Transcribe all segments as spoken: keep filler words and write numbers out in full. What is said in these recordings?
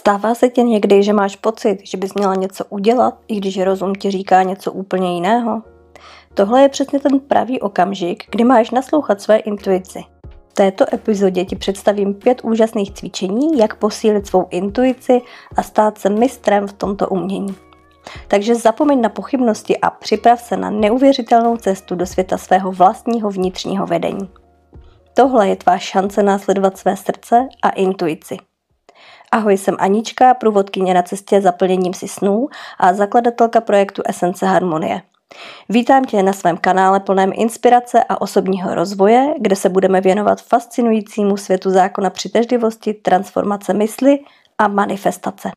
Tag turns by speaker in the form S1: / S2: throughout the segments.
S1: Stává se ti někdy, že máš pocit, že bys měla něco udělat, i když rozum ti říká něco úplně jiného? Tohle je přesně ten pravý okamžik, kdy máš naslouchat své intuici. V této epizodě ti představím pět úžasných cvičení, jak posílit svou intuici a stát se mistrem v tomto umění. Takže zapomeň na pochybnosti a připrav se na neuvěřitelnou cestu do světa svého vlastního vnitřního vedení. Tohle je tvá šance následovat své srdce a intuici. Ahoj, jsem Anička, průvodkyně na cestě zaplněním si snů a zakladatelka projektu Esence harmonie. Vítám tě na svém kanále plném inspirace a osobního rozvoje, kde se budeme věnovat fascinujícímu světu zákona přitažlivosti, transformace mysli a manifestace.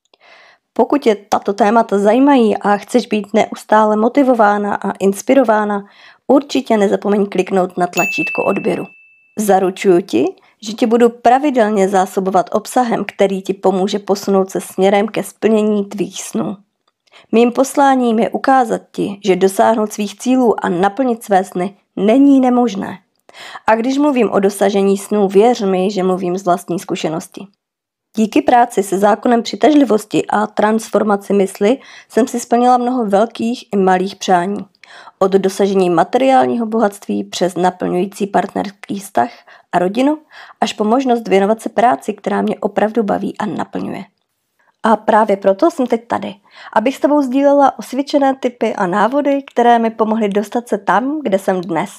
S1: Pokud tě tato témata zajímají a chceš být neustále motivována a inspirována, určitě nezapomeň kliknout na tlačítko odběru. Zaručuju ti, že ti budu pravidelně zásobovat obsahem, který ti pomůže posunout se směrem ke splnění tvých snů. Mým posláním je ukázat ti, že dosáhnout svých cílů a naplnit své sny není nemožné. A když mluvím o dosažení snů, věř mi, že mluvím z vlastní zkušenosti. Díky práci se zákonem přitažlivosti a transformaci mysli jsem si splnila mnoho velkých i malých přání. Od dosažení materiálního bohatství přes naplňující partnerský vztah a rodinu, až po možnost věnovat se práci, která mě opravdu baví a naplňuje. A právě proto jsem teď tady, abych s tebou sdílela osvědčené tipy a návody, které mi pomohly dostat se tam, kde jsem dnes.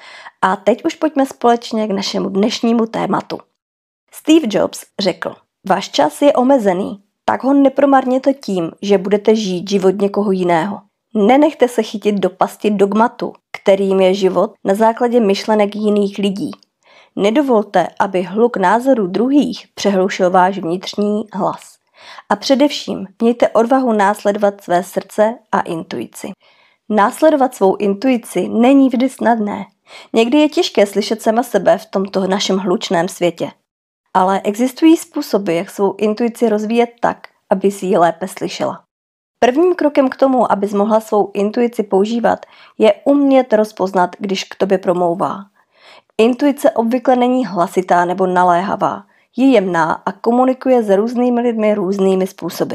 S1: A teď už pojďme společně k našemu dnešnímu tématu. Steve Jobs řekl: váš čas je omezený, tak ho nepromarněte tím, že budete žít život někoho jiného. Nenechte se chytit do pasti dogmatu, kterým je život na základě myšlenek jiných lidí. Nedovolte, aby hluk názorů druhých přehlušil váš vnitřní hlas. A především mějte odvahu následovat své srdce a intuici. Následovat svou intuici není vždy snadné. Někdy je těžké slyšet sama sebe v tomto našem hlučném světě. Ale existují způsoby, jak svou intuici rozvíjet tak, aby si ji lépe slyšela. Prvním krokem k tomu, abys mohla svou intuici používat, je umět rozpoznat, když k tobě promlouvá. Intuice obvykle není hlasitá nebo naléhavá, je jemná a komunikuje s různými lidmi různými způsoby.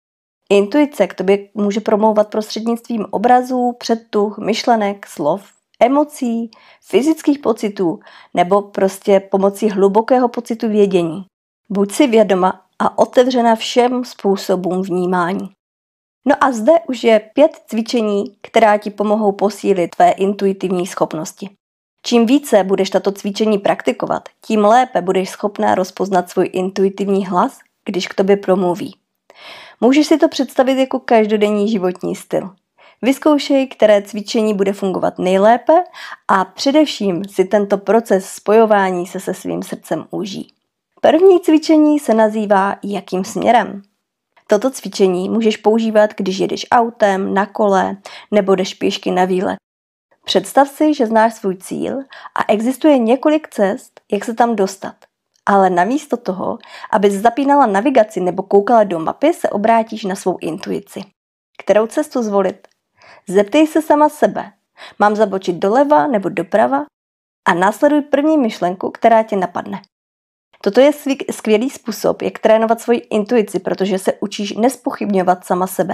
S1: Intuice k tobě může promlouvat prostřednictvím obrazů, předtuch, myšlenek, slov, emocí, fyzických pocitů nebo prostě pomocí hlubokého pocitu vědění. Buď si vědoma a otevřena všem způsobům vnímání. No a zde už je pět cvičení, která ti pomohou posílit tvé intuitivní schopnosti. Čím více budeš tato cvičení praktikovat, tím lépe budeš schopná rozpoznat svůj intuitivní hlas, když k tobě promluví. Můžeš si to představit jako každodenní životní styl. Vyzkoušej, které cvičení bude fungovat nejlépe a především si tento proces spojování se se svým srdcem užij. První cvičení se nazývá jakým směrem. Toto cvičení můžeš používat, když jedeš autem, na kole nebo jdeš pěšky na výlet. Představ si, že znáš svůj cíl a existuje několik cest, jak se tam dostat. Ale namísto toho, abys zapínala navigaci nebo koukala do mapy, se obrátíš na svou intuici. Kterou cestu zvolit? Zeptej se sama sebe. Mám zabočit doleva nebo doprava? A následuj první myšlenku, která tě napadne. Toto je skvělý způsob, jak trénovat svoji intuici, protože se učíš nezpochybňovat sama sebe.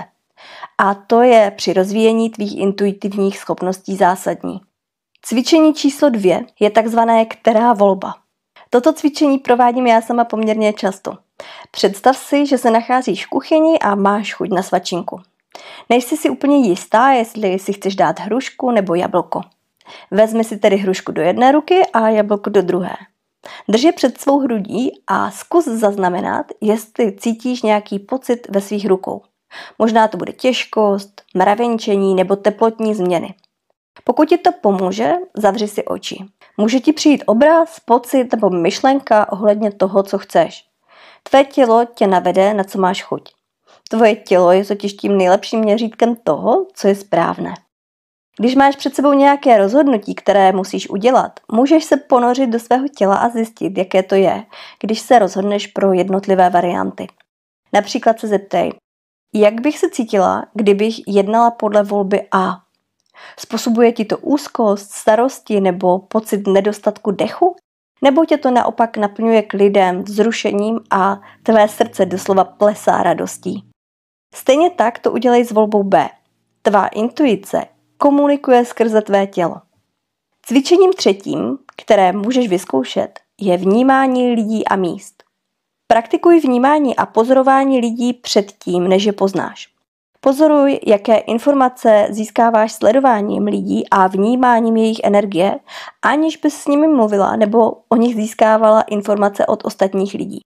S1: A to je při rozvíjení tvých intuitivních schopností zásadní. Cvičení číslo dvě je takzvané která volba. Toto cvičení provádím já sama poměrně často. Představ si, že se nacházíš v kuchyni a máš chuť na svačinku. Nejsi si úplně jistá, jestli si chceš dát hrušku nebo jablko. Vezmi si tedy hrušku do jedné ruky a jablko do druhé. Drž je před svou hrudí a zkus zaznamenat, jestli cítíš nějaký pocit ve svých rukou. Možná to bude těžkost, mravenčení nebo teplotní změny. Pokud ti to pomůže, zavři si oči. Může ti přijít obraz, pocit nebo myšlenka ohledně toho, co chceš. Tvé tělo tě navede, na co máš chuť. Tvoje tělo je totiž tím nejlepším měřítkem toho, co je správné. Když máš před sebou nějaké rozhodnutí, které musíš udělat, můžeš se ponořit do svého těla a zjistit, jaké to je, když se rozhodneš pro jednotlivé varianty. Například se zeptej, jak bych se cítila, kdybych jednala podle volby A? Způsobuje ti to úzkost, starosti nebo pocit nedostatku dechu? Nebo tě to naopak naplňuje klidem, vzrušením a tvé srdce doslova plesá radostí. Stejně tak to udělej s volbou B. Tvá intuice komunikuje skrze tvé tělo. Cvičením třetím, které můžeš vyzkoušet, je vnímání lidí a míst. Praktikuj vnímání a pozorování lidí předtím, než je poznáš. Pozoruj, jaké informace získáváš sledováním lidí a vnímáním jejich energie, aniž bys s nimi mluvila nebo o nich získávala informace od ostatních lidí.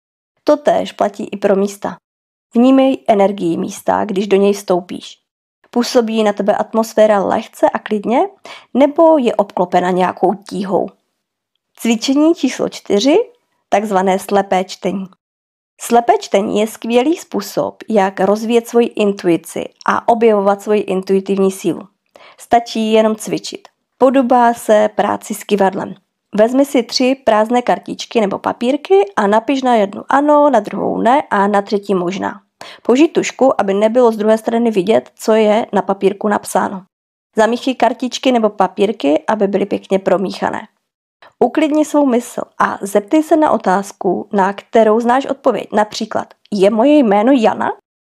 S1: Totéž platí i pro místa. Vnímej energii místa, když do něj vstoupíš. Působí na tebe atmosféra lehce a klidně, nebo je obklopena nějakou tíhou? Cvičení číslo čtyři, takzvané slepé čtení. Slepé čtení je skvělý způsob, jak rozvíjet svoji intuici a objevovat svoji intuitivní sílu. Stačí jenom cvičit. Podobá se práci s kyvadlem. Vezmi si tři prázdné kartičky nebo papírky a napiš na jednu ano, na druhou ne a na třetí možná. Použij tužku, aby nebylo z druhé strany vidět, co je na papírku napsáno. Zamíchej kartičky nebo papírky, aby byly pěkně promíchané. Uklidni svou mysl a zeptej se na otázku, na kterou znáš odpověď. Například, je moje jméno Jana?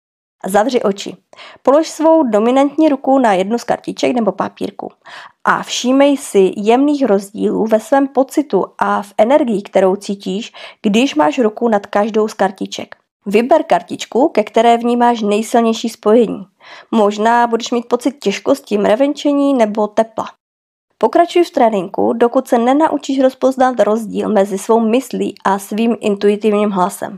S1: Zavři oči. Polož svou dominantní ruku na jednu z kartiček nebo papírku a všímej si jemných rozdílů ve svém pocitu a v energii, kterou cítíš, když máš ruku nad každou z kartiček. Vyber kartičku, ke které vnímáš nejsilnější spojení. Možná budeš mít pocit těžkosti, mravenčení nebo tepla. Pokračuj v tréninku, dokud se nenaučíš rozpoznat rozdíl mezi svou myslí a svým intuitivním hlasem.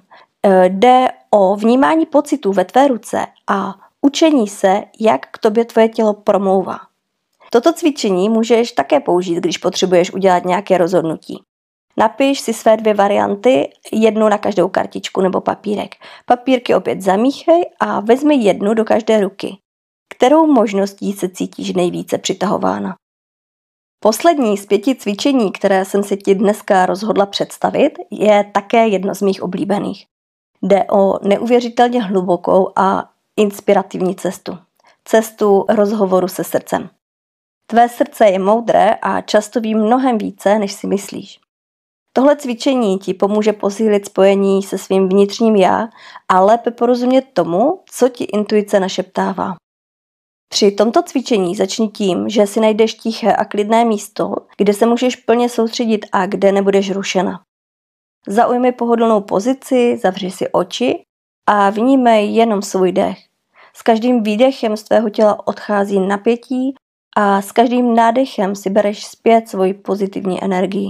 S1: Jde o vnímání pocitů ve tvé ruce a učení se, jak k tobě tvoje tělo promlouvá. Toto cvičení můžeš také použít, když potřebuješ udělat nějaké rozhodnutí. Napiš si své dvě varianty, jednu na každou kartičku nebo papírek. Papírky opět zamíchej a vezmi jednu do každé ruky. Kterou možností se cítíš nejvíce přitahována? Poslední z pěti cvičení, které jsem si ti dneska rozhodla představit, je také jedno z mých oblíbených. Jde o neuvěřitelně hlubokou a inspirativní cestu. Cestu rozhovoru se srdcem. Tvé srdce je moudré a často ví mnohem více, než si myslíš. Tohle cvičení ti pomůže posílit spojení se svým vnitřním já a lépe porozumět tomu, co ti intuice našeptává. Při tomto cvičení začni tím, že si najdeš tiché a klidné místo, kde se můžeš plně soustředit a kde nebudeš rušena. Zaujmi pohodlnou pozici, zavři si oči a vnímej jenom svůj dech. S každým výdechem z tvého těla odchází napětí a s každým nádechem si bereš zpět svoji pozitivní energii.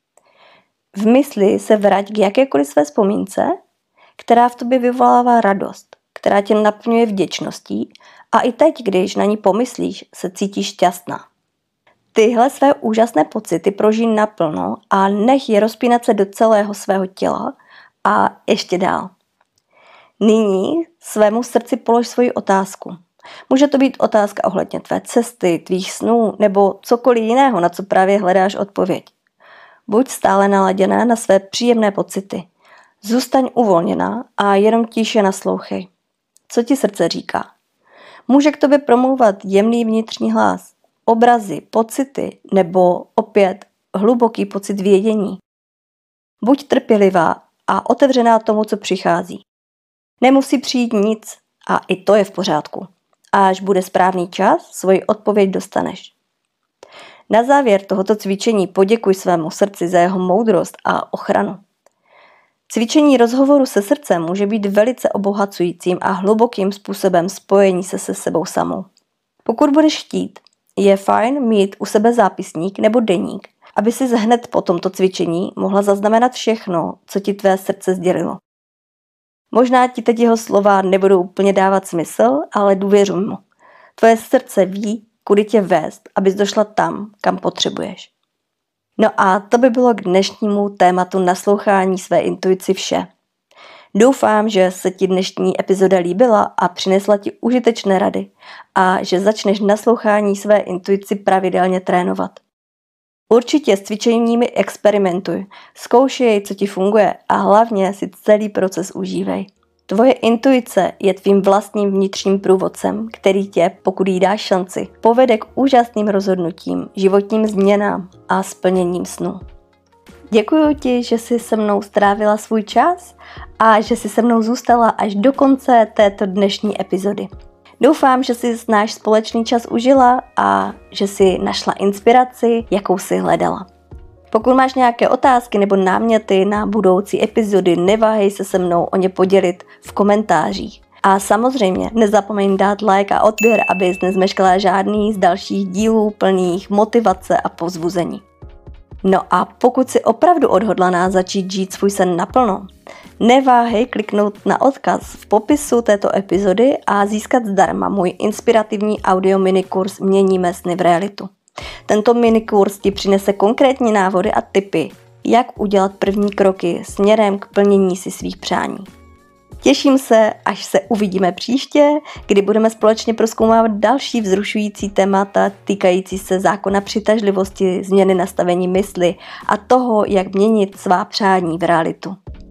S1: V mysli se vrať k jakékoliv své vzpomínce, která v tobě vyvolává radost, která tě naplňuje vděčností a i teď, když na ní pomyslíš, se cítíš šťastná. Tyhle své úžasné pocity prožij naplno a nech je rozpínat se do celého svého těla a ještě dál. Nyní svému srdci polož svoji otázku. Může to být otázka ohledně tvé cesty, tvých snů nebo cokoliv jiného, na co právě hledáš odpověď. Buď stále naladěná na své příjemné pocity. Zůstaň uvolněná a jenom tiše naslouchej. Co ti srdce říká? Může k tobě promlouvat jemný vnitřní hlas, obrazy, pocity nebo opět hluboký pocit vědění. Buď trpělivá a otevřená tomu, co přichází. Nemusí přijít nic a i to je v pořádku. A až bude správný čas, svoji odpověď dostaneš. Na závěr tohoto cvičení poděkuj svému srdci za jeho moudrost a ochranu. Cvičení rozhovoru se srdcem může být velice obohacujícím a hlubokým způsobem spojení se se sebou samou. Pokud budeš chtít, je fajn mít u sebe zápisník nebo deník, aby si hned po tomto cvičení mohla zaznamenat všechno, co ti tvé srdce sdělilo. Možná ti teď jeho slova nebudou úplně dávat smysl, ale důvěřuj mu. Tvoje srdce ví, kudy tě vést, abys došla tam, kam potřebuješ. No a to by bylo k dnešnímu tématu naslouchání své intuici vše. Doufám, že se ti dnešní epizoda líbila a přinesla ti užitečné rady a že začneš naslouchání své intuici pravidelně trénovat. Určitě s cvičeními experimentuj, zkoušej, co ti funguje a hlavně si celý proces užívej. Tvoje intuice je tvým vlastním vnitřním průvodcem, který tě, pokud jí dáš šanci, povede k úžasným rozhodnutím, životním změnám a splněním snů. Děkuji ti, že jsi se mnou strávila svůj čas a že jsi se mnou zůstala až do konce této dnešní epizody. Doufám, že jsi náš společný čas užila a že jsi našla inspiraci, jakou jsi hledala. Pokud máš nějaké otázky nebo náměty na budoucí epizody, neváhej se se mnou o ně podělit v komentářích. A samozřejmě nezapomeň dát like a odběr, abys nezmeškala žádný z dalších dílů plných motivace a povzbuzení. No a pokud jsi opravdu odhodlaná začít žít svůj sen naplno, neváhej kliknout na odkaz v popisu této epizody a získat zdarma můj inspirativní audio minikurs Měníme sny v realitu. Tento minikurs ti přinese konkrétní návody a tipy, jak udělat první kroky směrem k plnění si svých přání. Těším se, až se uvidíme příště, kdy budeme společně prozkoumávat další vzrušující témata týkající se zákona přitažlivosti, změny nastavení mysli a toho, jak měnit svá přání v realitu.